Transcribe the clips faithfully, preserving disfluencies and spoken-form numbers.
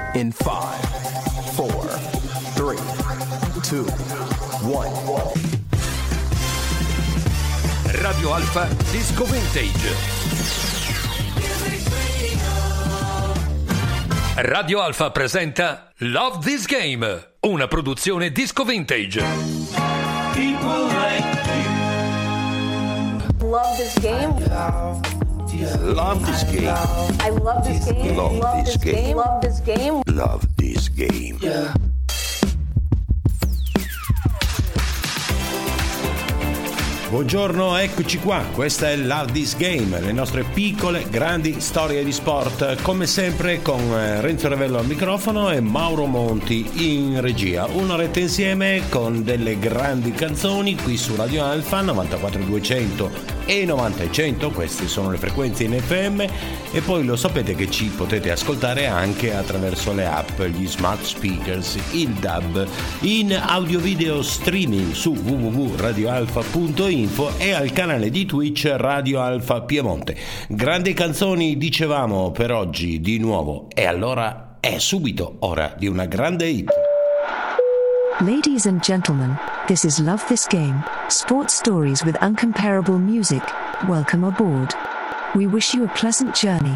in five, four, three, two, one. Radio Alfa Disco Vintage. Radio Alfa presenta Love This Game, una produzione Disco Vintage. People like you. Love this game. Love this game. I love this game. Love Love this this game. game. Love this game. Love this game. Yeah. Buongiorno, eccoci qua, questa è Love This Game, le nostre piccole, grandi storie di sport, come sempre con Renzo Revello al microfono e Mauro Monti in regia. Un'oretta insieme con delle grandi canzoni qui su Radio Alfa, novantaquattro duecento e novanta e cento, queste sono le frequenze in F M, e poi lo sapete che ci potete ascoltare anche attraverso le app, gli smart speakers, il D A B, in audio video streaming su w w w punto radio alfa punto info e al canale di Twitch Radio Alfa Piemonte. Grandi canzoni dicevamo per oggi di nuovo, e allora è subito ora di una grande hit. Ladies and gentlemen, this is Love This Game, sports stories with uncomparable music. Welcome aboard. We wish you a pleasant journey.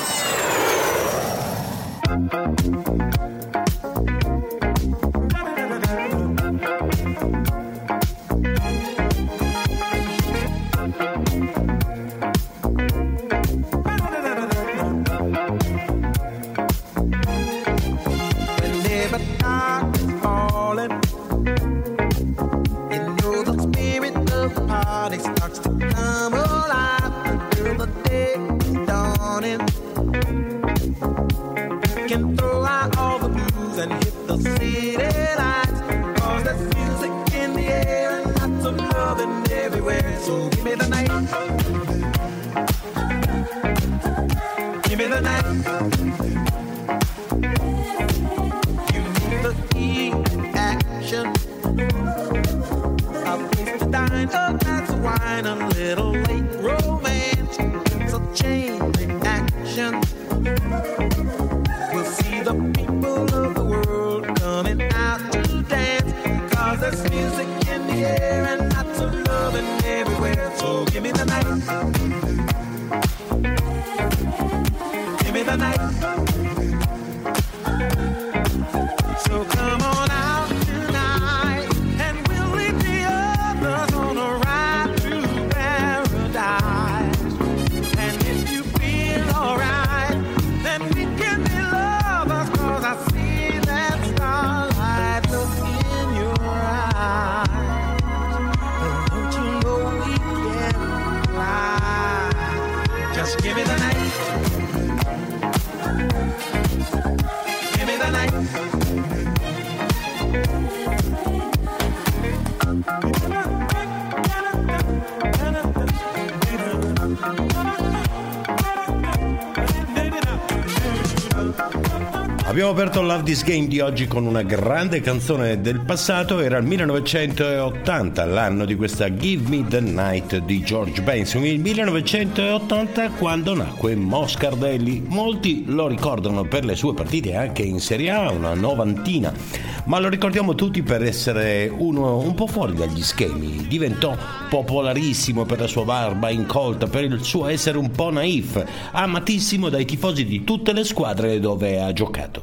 Abbiamo aperto Love This Game di oggi con una grande canzone del passato. Era il millenovecentottanta, l'anno di questa Give Me the Night di George Benson. Il millenovecentottanta, quando nacque Moscardelli. Molti lo ricordano per le sue partite anche in Serie A, una novantina, ma lo ricordiamo tutti per essere uno un po' fuori dagli schemi. Diventò popolarissimo per la sua barba incolta, per il suo essere un po' naif, amatissimo dai tifosi di tutte le squadre dove ha giocato.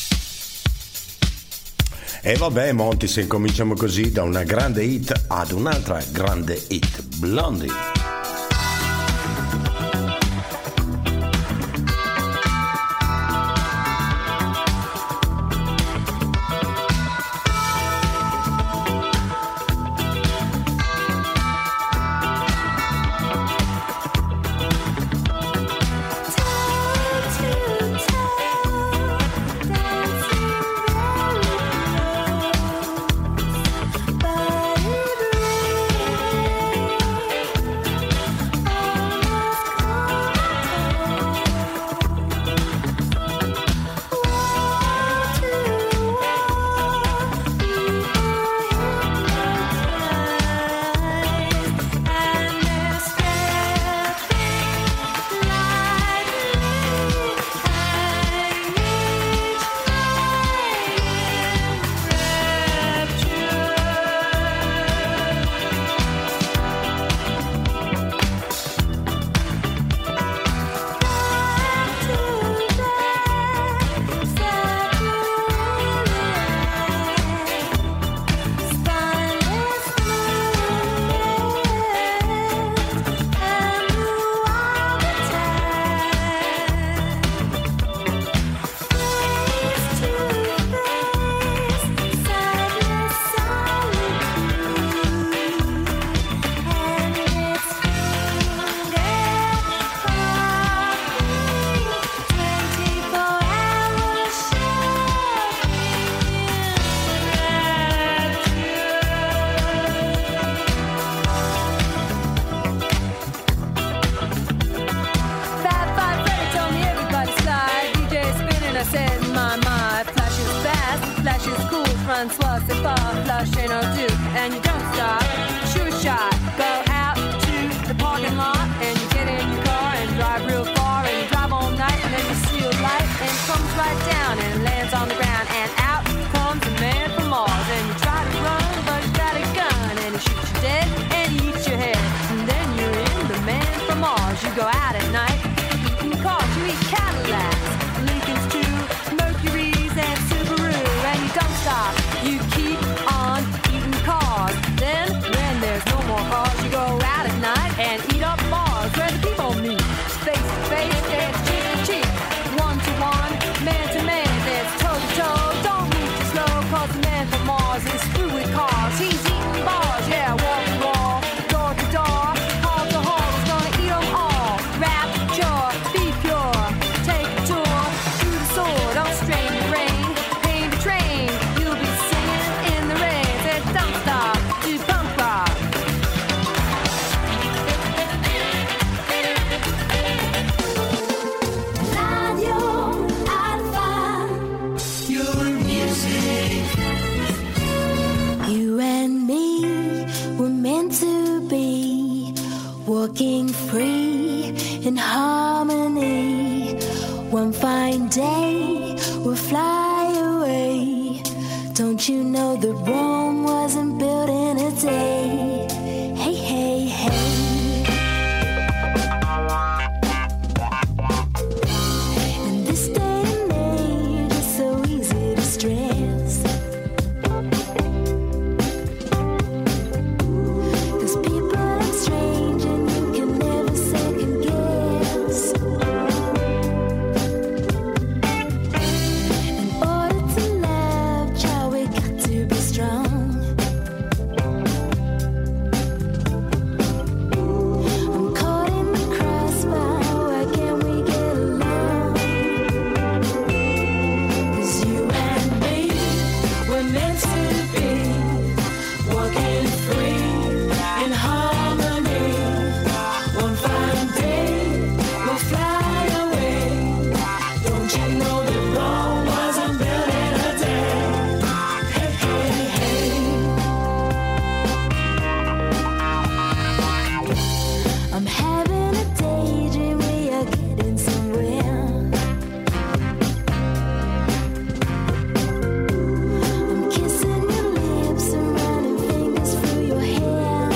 E vabbè, Monti, se incominciamo così da una grande hit ad un'altra grande hit, Blondie. fine day we'll fly away. Don't you know that Rome wasn't built in a day? Hey, hey, hey. In this day and age, it's so easy to stress. 'Cause people act strange and you can never second guess. In order to love, child, we got to be strong. I'm caught in the crossfire, why can't we get along? 'Cause you and me, we're meant to be walking free in harmony. One fine day we'll fly away. Don't you know that Rome wasn't built in a day? Hey, hey, hey. I'm having a daydream, we are getting somewhere. I'm kissing your lips and running fingers through your hair.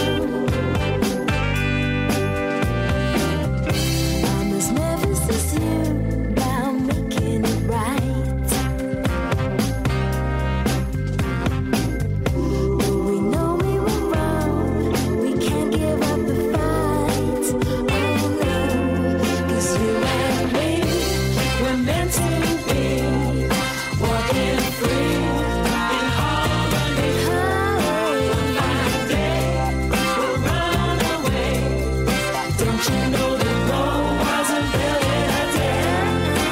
I'm as nervous as you about making it right. But we know we were wrong, we can't give up the fight. Oh no, 'cause you and me, we're meant to be walking free in harmony. One fine day we'll run away. Don't you know that Rome wasn't built in a day?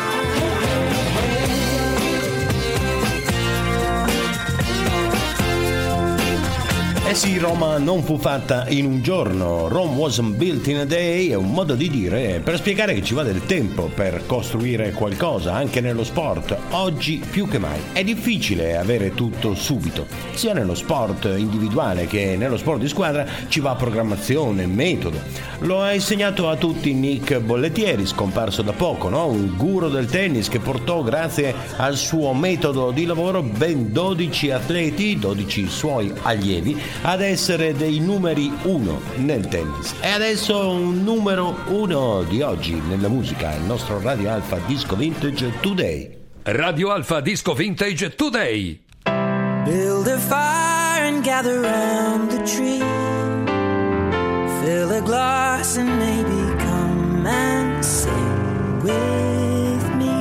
Eh sì, Roma non fu fatta in un giorno. Rome wasn't built in a day è un modo di dire per spiegare che ci va del tempo per costruire qualcosa, anche nello sport. Oggi più che mai è difficile avere tutto subito. Sia nello sport individuale che nello sport di squadra ci va programmazione, metodo. Lo ha insegnato a tutti Nick Bollettieri, scomparso da poco, no? Un guru del tennis che portò, grazie al suo metodo di lavoro, ben dodici atleti, dodici suoi allievi, ad essere dei numeri uno nel tennis. E adesso un numero uno di oggi nella musica, il nostro Radio Alfa Disco Vintage Today. Radio Alfa Disco Vintage Today. Build a fire and gather round the tree. Fill a glass and maybe come and sing with me.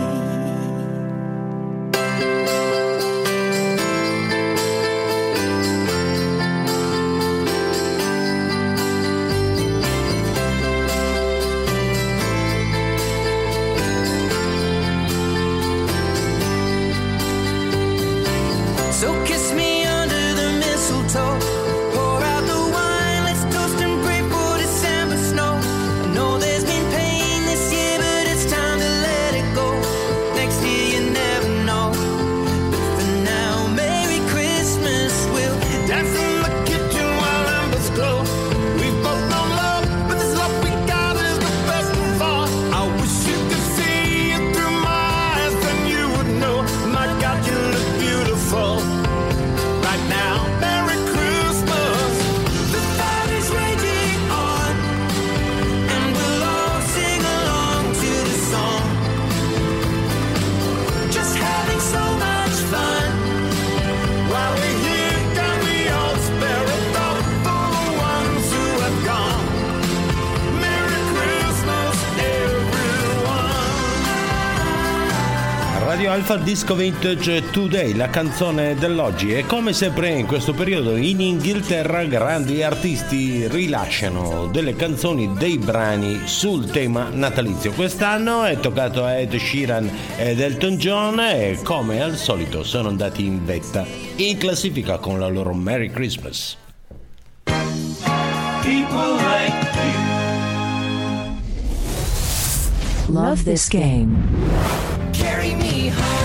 So kiss me under the mistletoe. Pour out the wine, let's toast and pray for December snow. I know there's been pain this year, but it's time to let it go. Next year you never know. But for now, Merry Christmas. We'll dance in the kitchen while embers glow. We both know love, but this love we got is the best of all. I wish you could see it through my eyes, then you would know. My God, you look beautiful. Right now, Merry Christmas. The fire is raging on, and we'll all sing along to the song. Just having so much fun while we're here. Can we all spare a thought for the ones who have gone? Merry Christmas, everyone. Radio Alfa Disco Vintage Today, la canzone dell'oggi. E come sempre in questo periodo in Inghilterra grandi artisti rilasciano delle canzoni, dei brani sul tema natalizio. Quest'anno è toccato a Ed Sheeran ed Elton John e come al solito sono andati in vetta in classifica con la loro Merry Christmas. People like you. Love this game. Carry me home.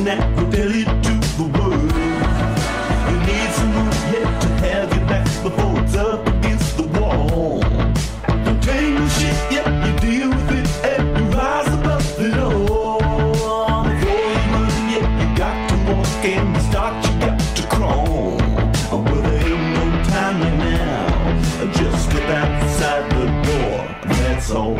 that will tell it to the world. You need someone yet to have your back before it's up against the wall. Don't take no shit yet, you deal with it and you rise above it all. Before you run yet, you got to walk and to start, you got to crawl. Oh, well, there ain't no time now. Just step outside the door, that's all.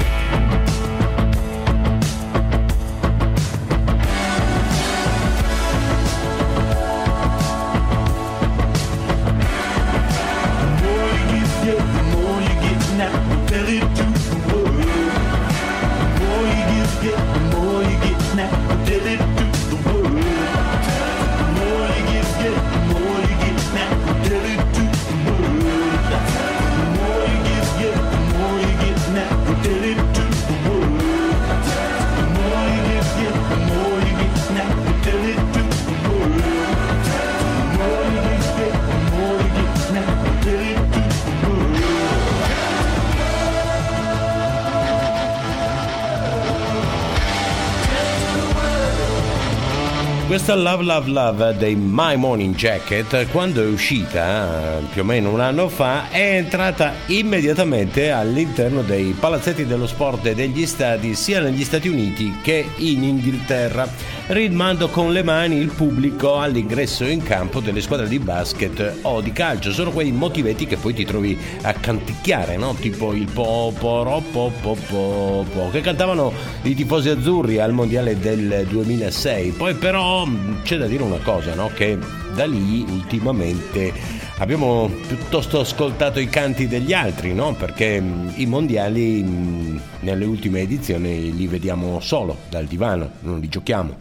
Questa Love Love Love dei My Morning Jacket, quando è uscita più o meno un anno fa, è entrata immediatamente all'interno dei palazzetti dello sport e degli stadi sia negli Stati Uniti che in Inghilterra, ritmando con le mani il pubblico all'ingresso in campo delle squadre di basket o di calcio. Sono quei motivetti che poi ti trovi a canticchiare, no? Tipo il po po ro po po po po che cantavano i tifosi azzurri al mondiale del duemilasei. Poi però c'è da dire una cosa, no? Che da lì ultimamente abbiamo piuttosto ascoltato i canti degli altri, no? Perché i mondiali nelle ultime edizioni li vediamo solo dal divano, non li giochiamo.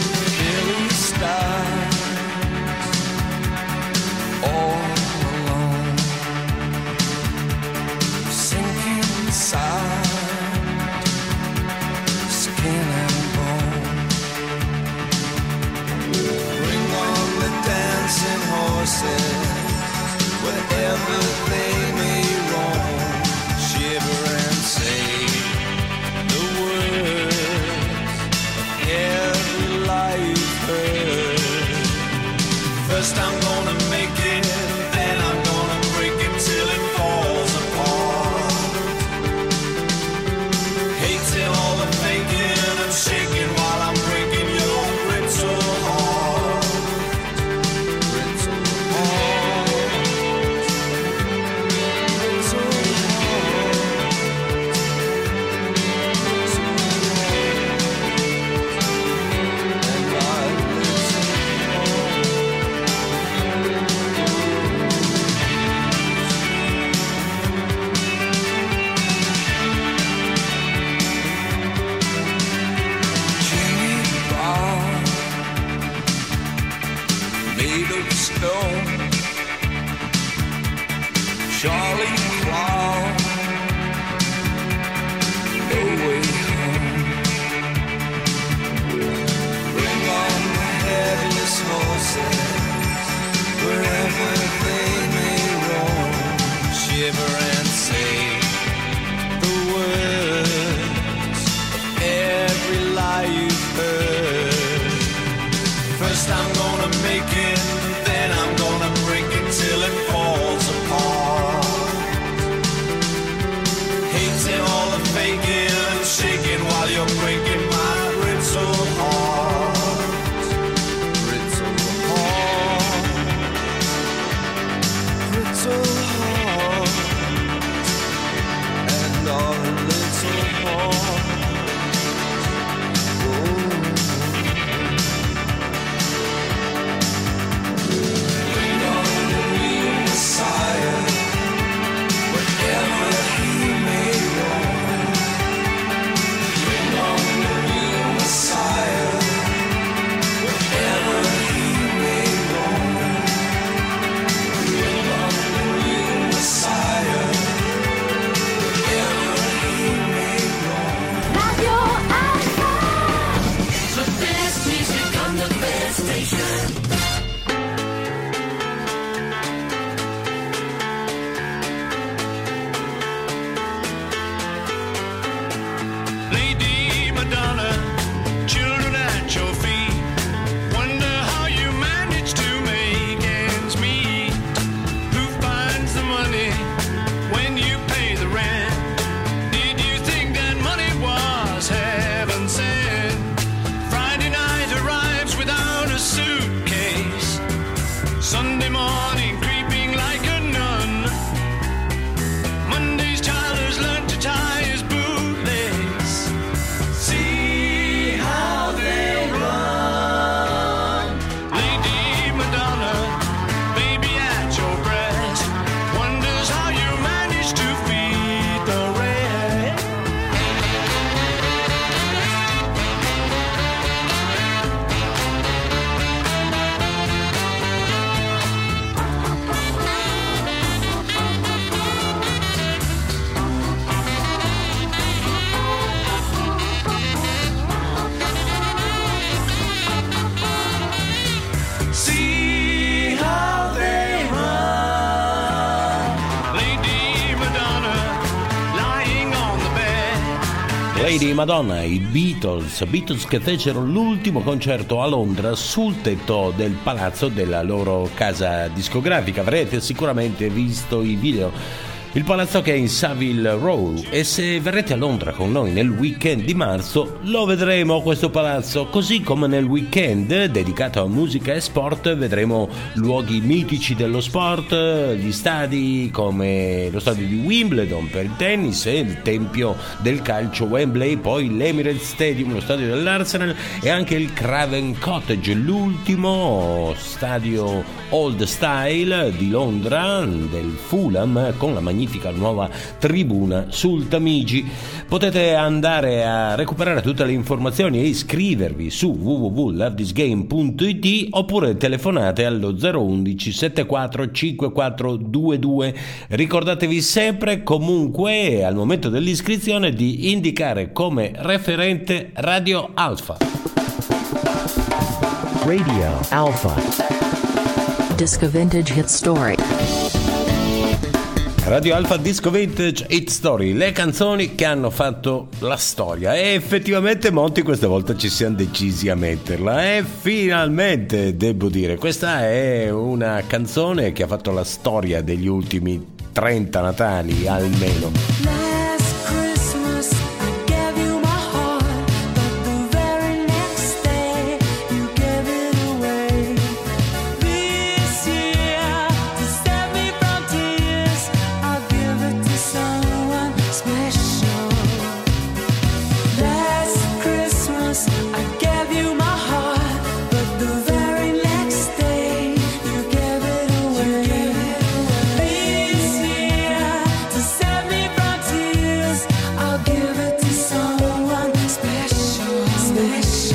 All alone. Lady Madonna, i Beatles, Beatles che fecero l'ultimo concerto a Londra sul tetto del palazzo della loro casa discografica. Avrete sicuramente visto i video. Il palazzo che è in Savile Row, e se verrete a Londra con noi nel weekend di marzo lo vedremo questo palazzo, così come nel weekend dedicato a musica e sport vedremo luoghi mitici dello sport, gli stadi come lo stadio di Wimbledon per il tennis e il tempio del calcio Wembley, poi l'Emirates Stadium, lo stadio dell'Arsenal, e anche il Craven Cottage, l'ultimo stadio old style di Londra del Fulham con la magnifica nuova tribuna sul Tamigi. Potete andare a recuperare tutte le informazioni e iscrivervi su w w w punto love this game punto i t oppure telefonate allo zero undici settantaquattro cinquantaquattro ventidue. Ricordatevi sempre comunque al momento dell'iscrizione di indicare come referente Radio Alfa. Radio Alpha. Disco Vintage Hit Story. Radio Alfa Disco Vintage Hit Story, le canzoni che hanno fatto la storia. E effettivamente Monti questa volta ci siamo decisi a metterla, e finalmente devo dire, questa è una canzone che ha fatto la storia degli ultimi trenta Natali almeno. Last Christmas I gave you my heart, but the very next day you gave it away. This year, to save me from tears, I'll give it to someone special. Last Christmas I gave you my heart, but the very next day you gave it away. This year, to save me from tears, I'll give it to someone special, special.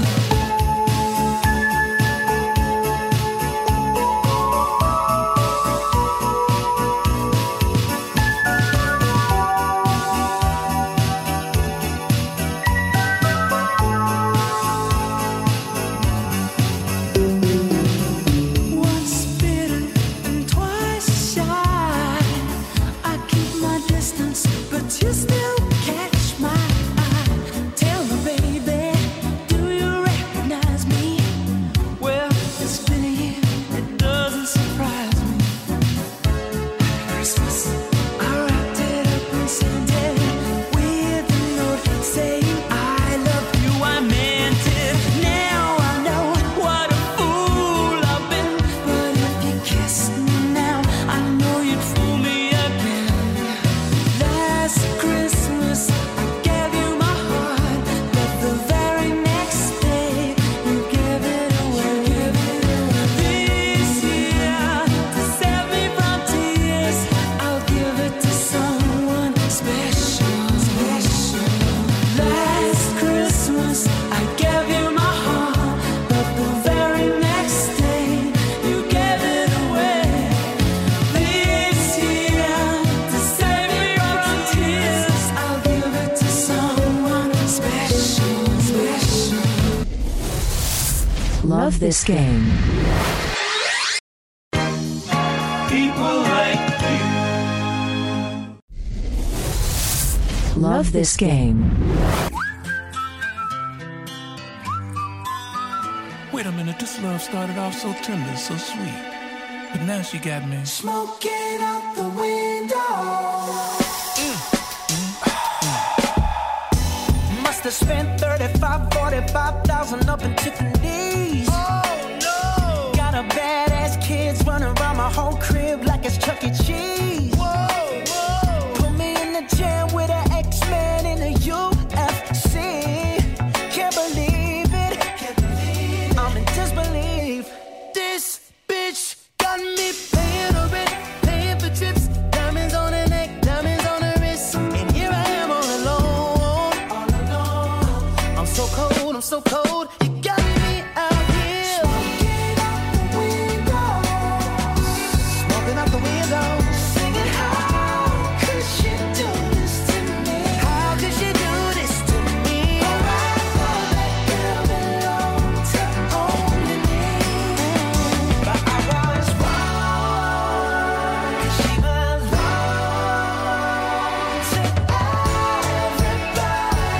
Once bitten and twice shy, I keep my distance, but you still catch my eye. Tell me, baby, do you recognize me? Well, it's been a year, it doesn't surprise me. Christmas, I wrapped it up and sent it with a note saying I love you, I meant it. Now I know what a fool I've been, but if you kissed me now, I know you'd fool me again. Last Christmas I gave you my heart, but the very next day you gave it away. This year, to save me from tears, I'll give it to someone special, special. Last Christmas I gave you my heart, but the very next day you gave it away. This year, to save me from tears, I'll give it to someone special, special. Love this game. People like Love this game. Wait a minute, this love started off so tender, so sweet. But now she got me. Smoking out the window. Must have spent thirty-five, forty-five thousand up in Tiffany's. Oh no! Got a badass kids running around my whole crib like it's Chuck E. Cheese. Whoa, whoa! Put me in the jam with an X-Man in the U F C. Can't believe it. Can't believe it. I'm in disbelief. This bitch got me paying her rent, paying for trips, diamonds on her neck, diamonds on her wrist, and here I am all alone, all alone. I'm so cold, I'm so cold. You got me out here smoking out the window, smoking out the window, singing how could she do this to me? How could she do this to me? Oh, I thought that girl belonged to only me, but I was wrong, 'cause she belonged to everybody.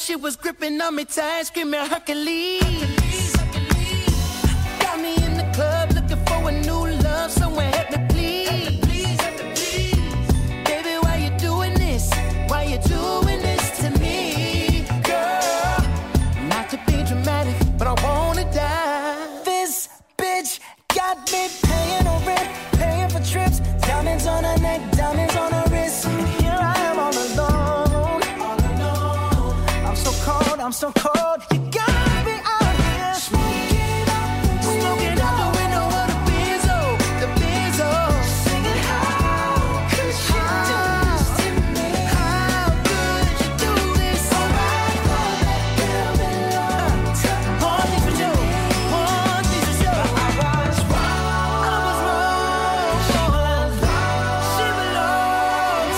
she was gripping on me tight, screaming Hercules. Got me in the club looking for a new love, someone help me please. Baby, why you doing this? Why you doing this to me, girl? Not to be dramatic, but I wanna die. This bitch got me paying her rent, paying for trips, diamonds on her neck, diamonds on her wrist. Here I am all alone, all alone. I'm so cold, I'm so cold. You got me out here smoking out the window, smoking out the window of the Benzo, the Benzo. Singing, how could you do this to me? How could you do this? Alright, all that girl belong to all these for you, all these for you. I was wrong, I was wrong. She belongs to everybody.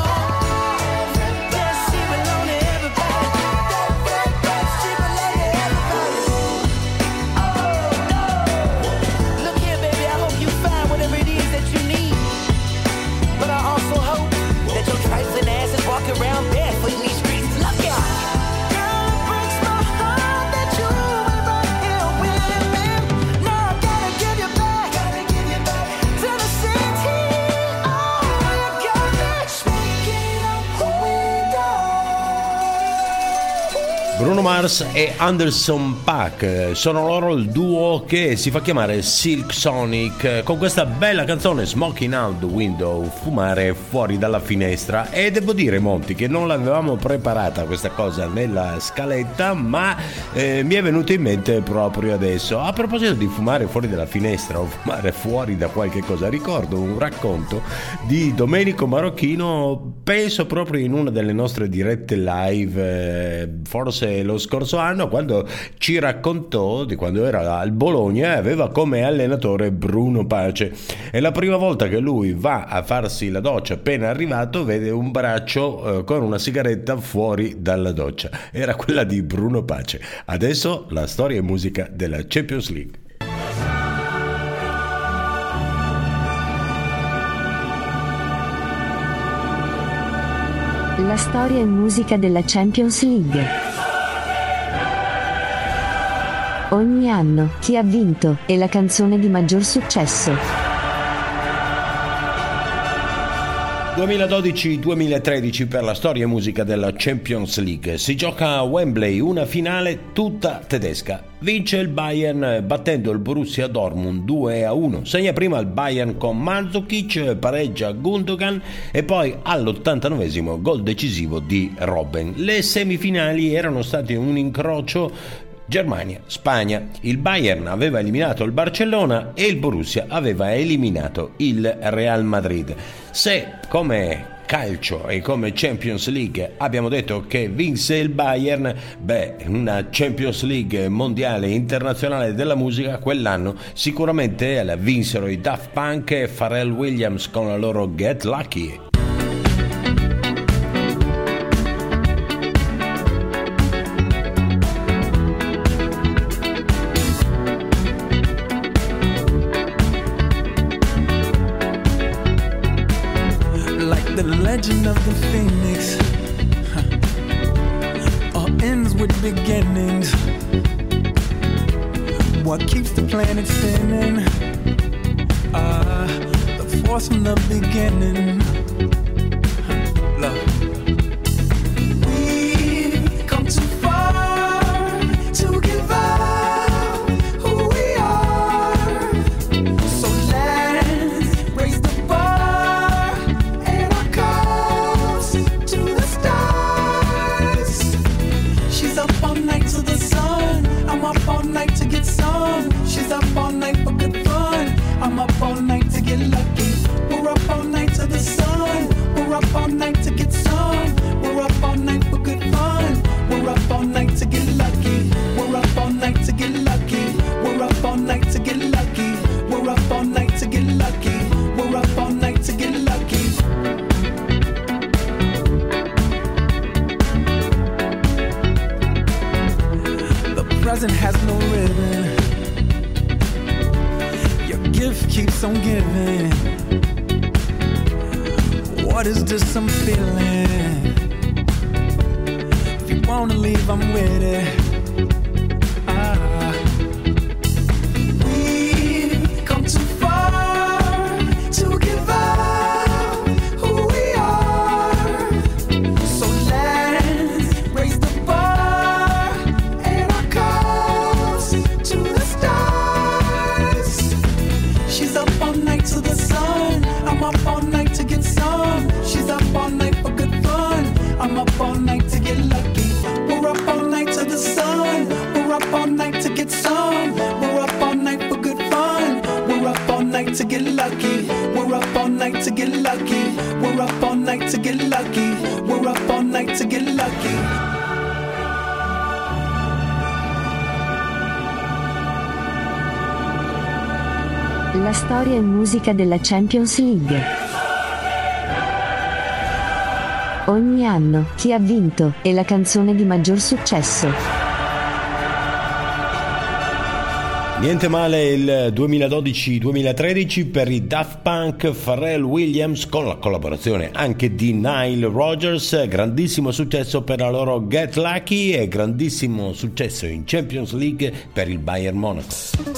Yes, she belongs to everybody. She belongs to everybody. Oh no! Look here, baby. I hope you find whatever it is that you need. But I also hope that your trifling ass is walking around barefoot in these streets. Look ya! Girl, it breaks my heart that you ain't right here with me. Now I gotta give you back, gotta give you back to the city. Oh, you got me smoking out the window. Bruno Mars e Anderson .Paak sono loro il duo che si fa chiamare Silk Sonic, con questa bella canzone Smoking Out the Window, fumare fuori dalla finestra. E devo dire, Monti, che non l'avevamo preparata questa cosa nella scaletta, ma eh, mi è venuto in mente proprio adesso. A proposito di fumare fuori dalla finestra o fumare fuori da qualche cosa, ricordo un racconto di Domenico Marocchino, penso proprio in una delle nostre dirette live, eh, forse lo scorso anno, quando ci raccontò di quando era al Bologna e aveva come allenatore Bruno Pace. È la prima volta che lui va a farsi la doccia, appena arrivato vede un braccio eh, con una sigaretta fuori dalla doccia. Era quella di Bruno Pace. Adesso la storia e musica della Champions League. La storia e musica della Champions League. Ogni anno, chi ha vinto, e la canzone di maggior successo. duemiladodici duemilatredici per la storia e musica della Champions League. Si gioca a Wembley, una finale tutta tedesca. Vince il Bayern battendo il Borussia Dortmund due a uno. Segna prima il Bayern con Mandzukic, pareggia Gundogan e poi all'ottantanovesimo gol decisivo di Robben. Le semifinali erano state un incrocio Germania-Spagna. Il Bayern aveva eliminato il Barcellona e il Borussia aveva eliminato il Real Madrid. Se come calcio e come Champions League abbiamo detto che vinse il Bayern, beh, una Champions League mondiale internazionale della musica quell'anno sicuramente la vinsero i Daft Punk e Pharrell Williams con la loro Get Lucky. The legend of the phoenix, huh, all ends with beginnings. What keeps the planet spinning? Ah, uh, the force from the beginning. Huh, love. We've come too far to give up who we are. So let's raise the bar and our cups to the stars. She's up all night to the sun. I'm up all night to get some. She's up all night for good fun. I'm up all night to get lucky. We're up all night to the sun. We're up all night to get some. We're up all night for good fun. We're up all night to get lucky. We're up all night to get lucky. We're up all night to get lucky. We're up all night to get lucky. We're up all night to get lucky. The present has no ribbon. Your gift keeps on giving. What is this I'm feeling? If you wanna leave, I'm with it. Ah. We've come too far to give up who we are. So let's raise the bar and our cups to the stars. She's up all night to the sun. I'm up all night to get some. She's up all night for good fun. I'm up all night to get lucky. We're up all night to the sun. We're up all night to get some. We're up all night for good fun. We're up all night to get lucky. We're up all night to get lucky. We're up all night to get lucky. We're up all night to get lucky. La storia e musica della Champions League. Ogni anno, chi ha vinto, e la canzone di maggior successo. Niente male il duemiladodici duemilatredici per i Daft Punk, Pharrell Williams con la collaborazione anche di Nile Rodgers, grandissimo successo per la loro Get Lucky e grandissimo successo in Champions League per il Bayern Monaco.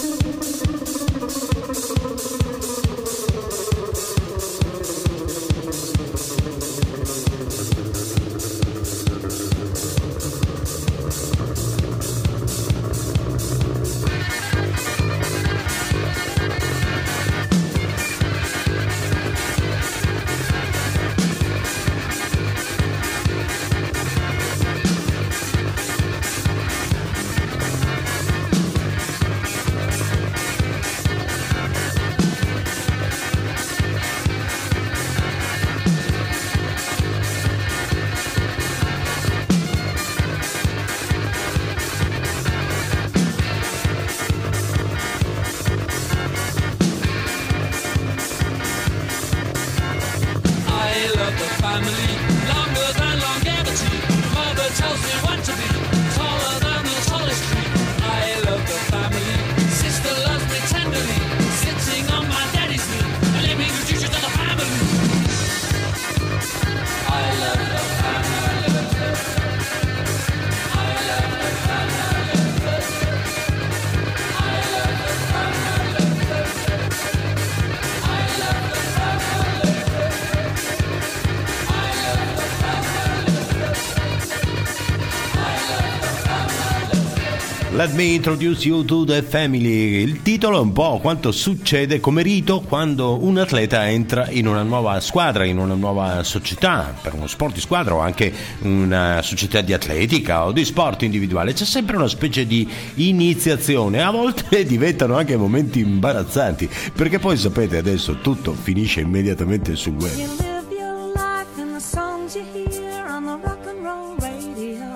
Let me introduce you to the family. Il titolo è un po' quanto succede come rito quando un atleta entra in una nuova squadra, in una nuova società, per uno sport di squadra o anche una società di atletica o di sport individuale. C'è sempre una specie di iniziazione, a volte diventano anche momenti imbarazzanti, perché poi sapete adesso tutto finisce immediatamente sul web. You live your life in the songs you hear on the rock and roll radio.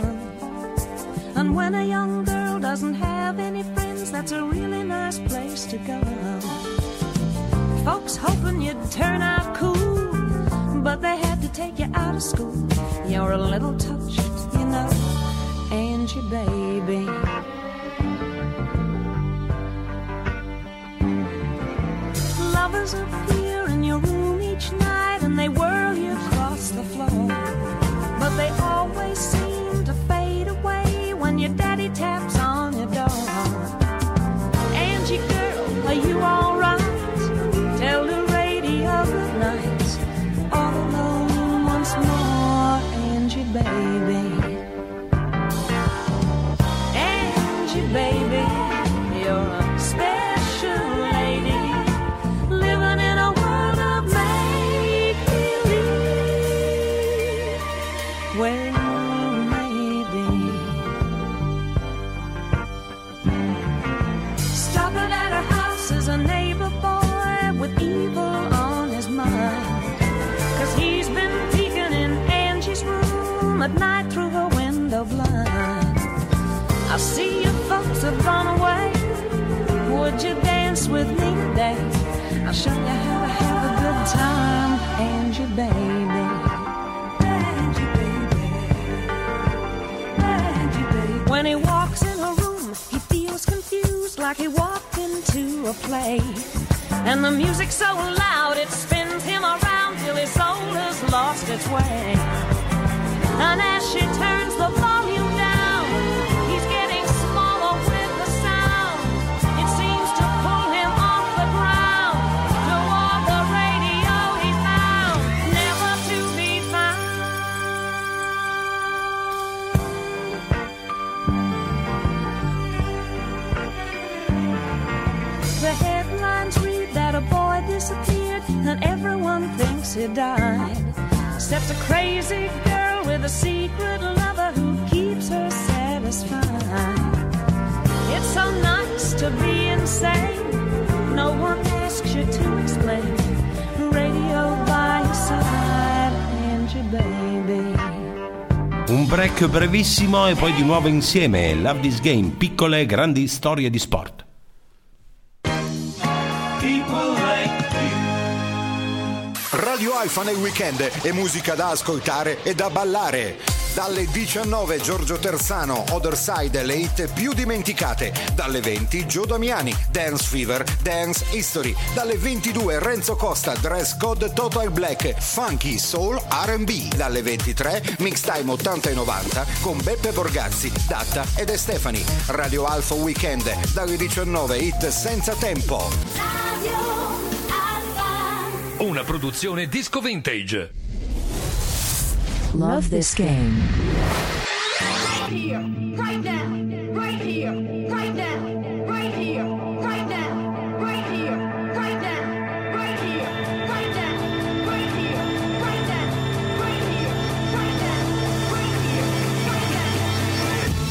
And when a young girl doesn't have any friends, that's a really nice place to go. Folks hoping you'd turn out cool, but they had to take you out of school. You're a little touched, you know, Angie, baby. Lovers appear in your room each night and they whirl you across the floor, but they always seem to fade away when your daddy taps on your door. Angie, girl, are you alright? Tell the radio good night. All alone once more, Angie, baby. Angie, baby, you're a special lady, living in a world of make-believe. Well, maybe. Stopping at her house is a neighbor boy with evil on his mind, 'cause he's been peeking in Angie's room at night through her window blind. I see your folks have gone away. Would you dance with me today? I'll show you how to have a good time, Angie, baby. Angie, baby. Angie, baby. When he walks in her room, he feels confused, like he walked into a play. And the music's so loud, it spins him around till his soul has lost its way. And as she turns the volume and everyone thinks he died. Except a crazy girl with a secret lover who keeps her satisfied. It's so nice to be insane. No one asks you to explain. Radio by your side and your baby. Un break brevissimo e poi di nuovo insieme. Love This Game, piccole grandi storie di sport. Radio Alfa nel weekend è musica da ascoltare e da ballare. Dalle diciannove Giorgio Terzano, Other Side, le hit più dimenticate. Dalle venti Gio Damiani, Dance Fever, Dance History. Dalle ventidue Renzo Costa, Dress Code Total Black, Funky Soul R and B. Dalle ventitré Mix Time ottanta e novanta con Beppe Borgazzi, Datta ed De Stefani. Radio Alfa Weekend dalle diciannove, hit senza tempo. Una produzione Disco Vintage. Love This Game. Right here, right now, right here, right now, right here, right now, right here, right now, right here, right now, right here, right now, right here, right now, right here, right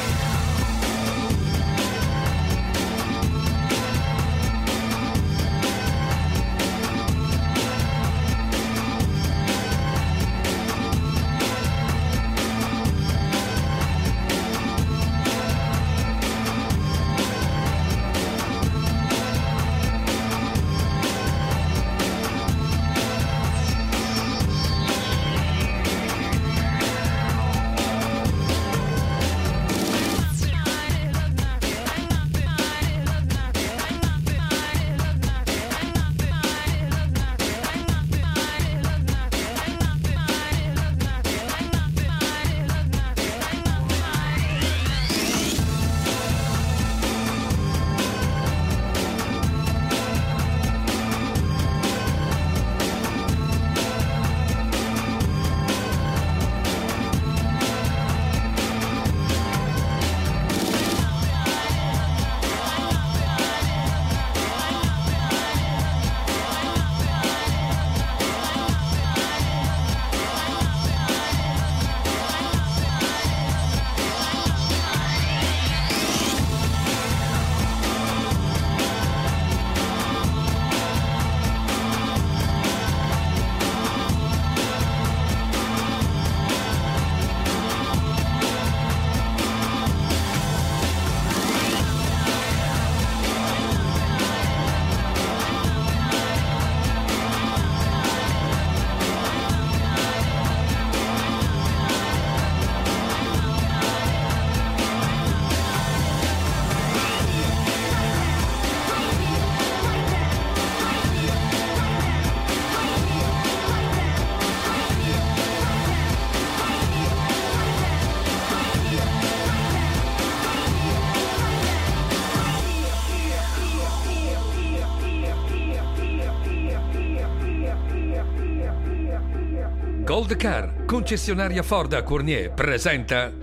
Gold Car, concessionaria Ford a Cournier, presenta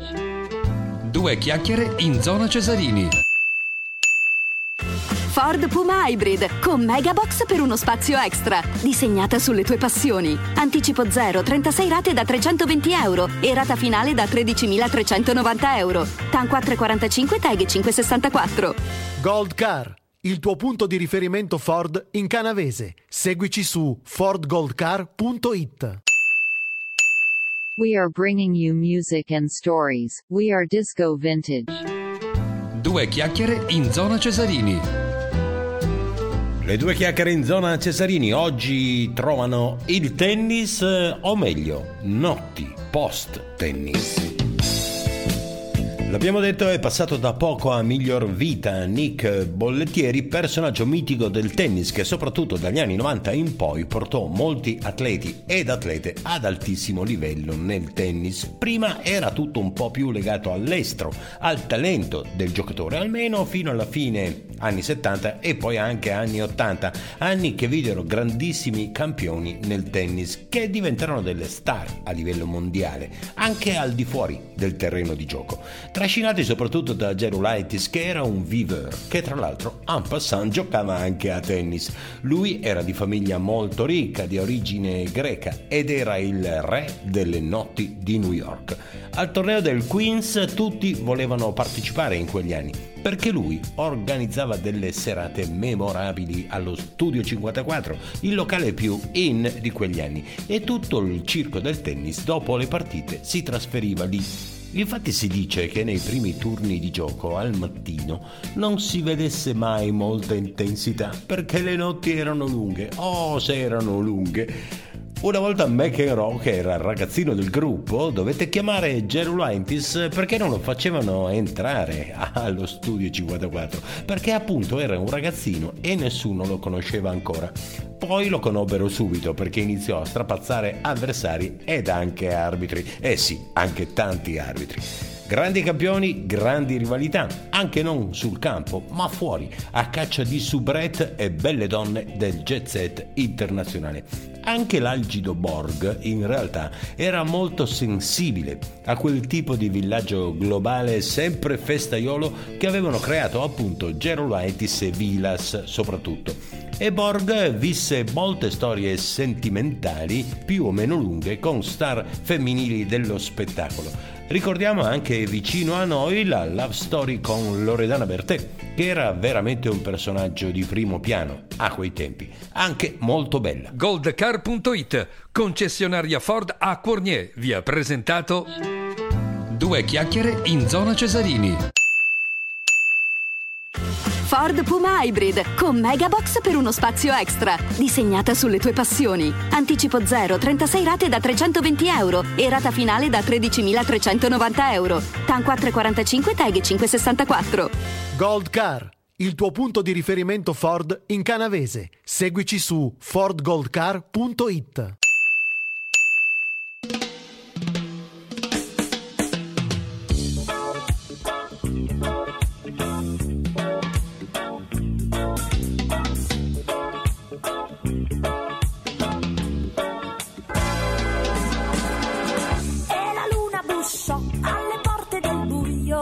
Due chiacchiere in zona Cesarini. Ford Puma Hybrid con Megabox per uno spazio extra, disegnata sulle tue passioni. Anticipo zero, trentasei rate da trecentoventi euro e rata finale da tredicimilatrecentonovanta euro. T A N quattro virgola quarantacinque, Tag cinque virgola sessantaquattro. Gold Car, il tuo punto di riferimento Ford in canavese. Seguici su ford gold car punto it. We are bringing you music and stories. We are Disco Vintage. Due chiacchiere in zona Cesarini. Le due chiacchiere in zona Cesarini oggi trovano il tennis, o meglio, notti post tennis. L'abbiamo detto, è passato da poco a miglior vita Nick Bollettieri, personaggio mitico del tennis che soprattutto dagli anni novanta in poi portò molti atleti ed atlete ad altissimo livello nel tennis. Prima era tutto un po' più legato all'estro, al talento del giocatore, almeno fino alla fine anni settanta e poi anche anni ottanta, anni che videro grandissimi campioni nel tennis che diventarono delle star a livello mondiale, anche al di fuori del terreno di gioco. trascinati soprattutto da Gerulaitis, che era un viveur, che tra l'altro en passant giocava anche a tennis. Lui era di famiglia molto ricca, di origine greca, ed era il re delle notti di New York. Al torneo del Queens tutti volevano partecipare in quegli anni, perché lui organizzava delle serate memorabili allo Studio cinquantaquattro, il locale più in di quegli anni, e tutto il circo del tennis dopo le partite si trasferiva lì. Infatti si dice che nei primi turni di gioco al mattino non si vedesse mai molta intensità, perché le notti erano lunghe. Oh, se erano lunghe! Una volta McEnroe, che era il ragazzino del gruppo, dovette chiamare Gerulaitis perché non lo facevano entrare allo Studio cinquantaquattro, perché appunto era un ragazzino e nessuno lo conosceva ancora. Poi lo conobbero subito perché iniziò a strapazzare avversari ed anche arbitri. Eh sì, anche tanti arbitri. Grandi campioni, grandi rivalità, anche non sul campo, ma fuori, a caccia di soubrette e belle donne del jet set internazionale. Anche l'Algido Borg, in realtà, era molto sensibile a quel tipo di villaggio globale sempre festaiolo che avevano creato appunto Gerulaitis e Vilas soprattutto. E Borg visse molte storie sentimentali più o meno lunghe con star femminili dello spettacolo. Ricordiamo anche vicino a noi la love story con Loredana Bertè, che era veramente un personaggio di primo piano a quei tempi, anche molto bella. Goldcar punto it, concessionaria Ford a Cournier, vi ha presentato Due chiacchiere in zona Cesarini. Ford Puma Hybrid con Megabox per uno spazio extra, disegnata sulle tue passioni. Anticipo zero, trentasei rate da trecentoventi euro e rata finale da tredicimilatrecentonovanta euro. T A N quattro virgola quarantacinque, T A G cinque virgola sessantaquattro. Gold Car, il tuo punto di riferimento Ford in canavese. Seguici su ford gold car punto it. Alle porte del buio,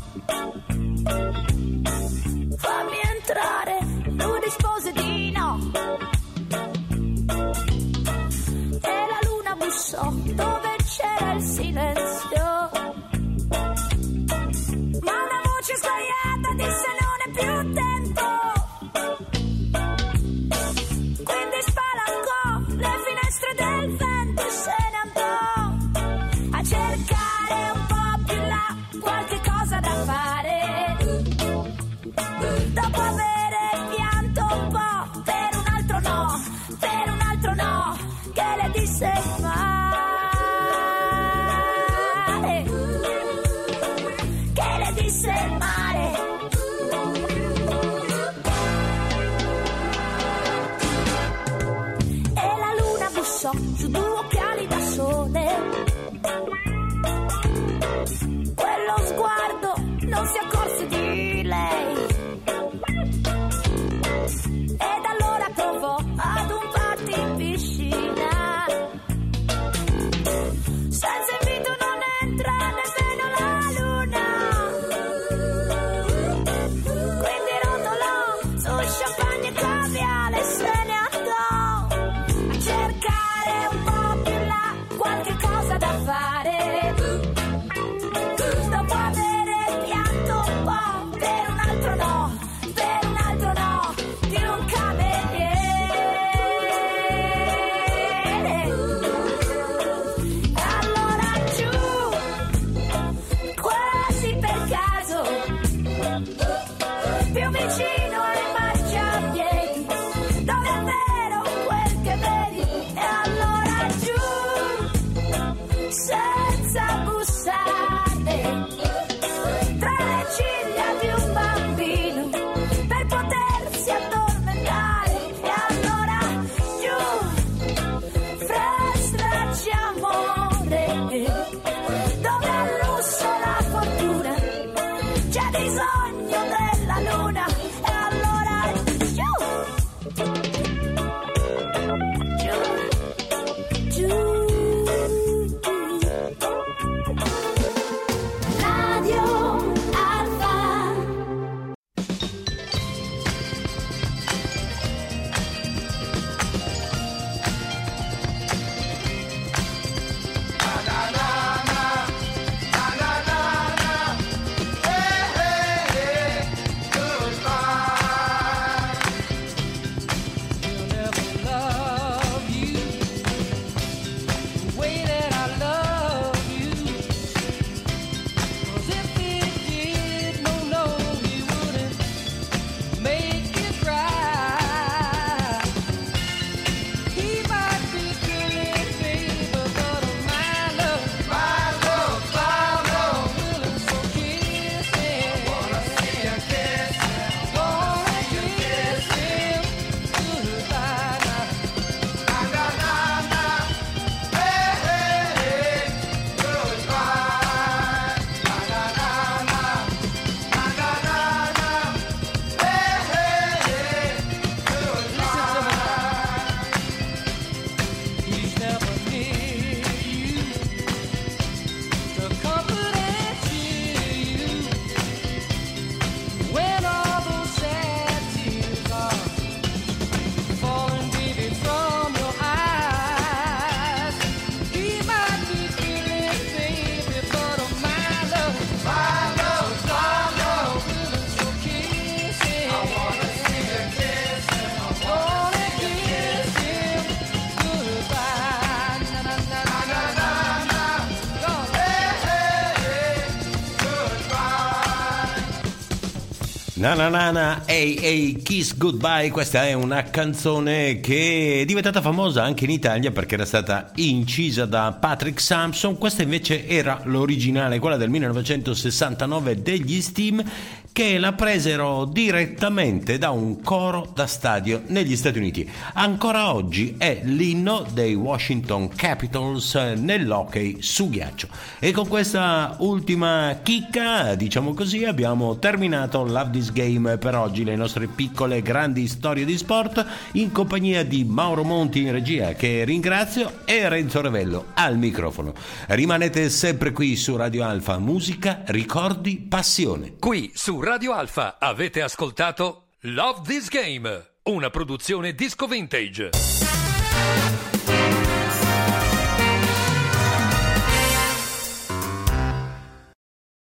fammi entrare, lui rispose di no. E la luna bussò dove c'era il silenzio, ma una voce sbagliata disse non è più tempo. Quindi spalancò le finestre del vento e se ne andò a cercare qualche cosa da fare. Dopo avere pianto un po' per un altro no, per un altro no, che le disse male, che le disse male. E la luna bussò su due occhiali da sole. Quello sguardo non si accorse di lei ed allora provò ad un party in piscina. Senza invito non entra nemmeno la luna, quindi rotolò su champagne e caviale e se ne andò a cercare un po' più là qualche cosa da fare. Dopo avere pianto un po' per un altro no, per un altro no, di un cameriere. Allora giù, quasi per caso, più vicino ai marciapiedi, dove è vero quel che vedi. E allora giù, sei Na na na na, hey hey, kiss goodbye. Questa è una canzone che è diventata famosa anche in Italia perché era stata incisa da Patrick Sampson. Questa invece era l'originale, quella del millenovecentosessantanove degli Steam, che la presero direttamente da un coro da stadio negli Stati Uniti. Ancora oggi è l'inno dei Washington Capitals nell'hockey su ghiaccio. E con questa ultima chicca, diciamo così, abbiamo terminato Love This Game per oggi, le nostre piccole grandi storie di sport, in compagnia di Mauro Monti in regia, che ringrazio, e Renzo Revello al microfono. Rimanete sempre qui su Radio Alfa, musica, ricordi, passione. Qui su Radio Alfa avete ascoltato Love This Game, una produzione Disco Vintage.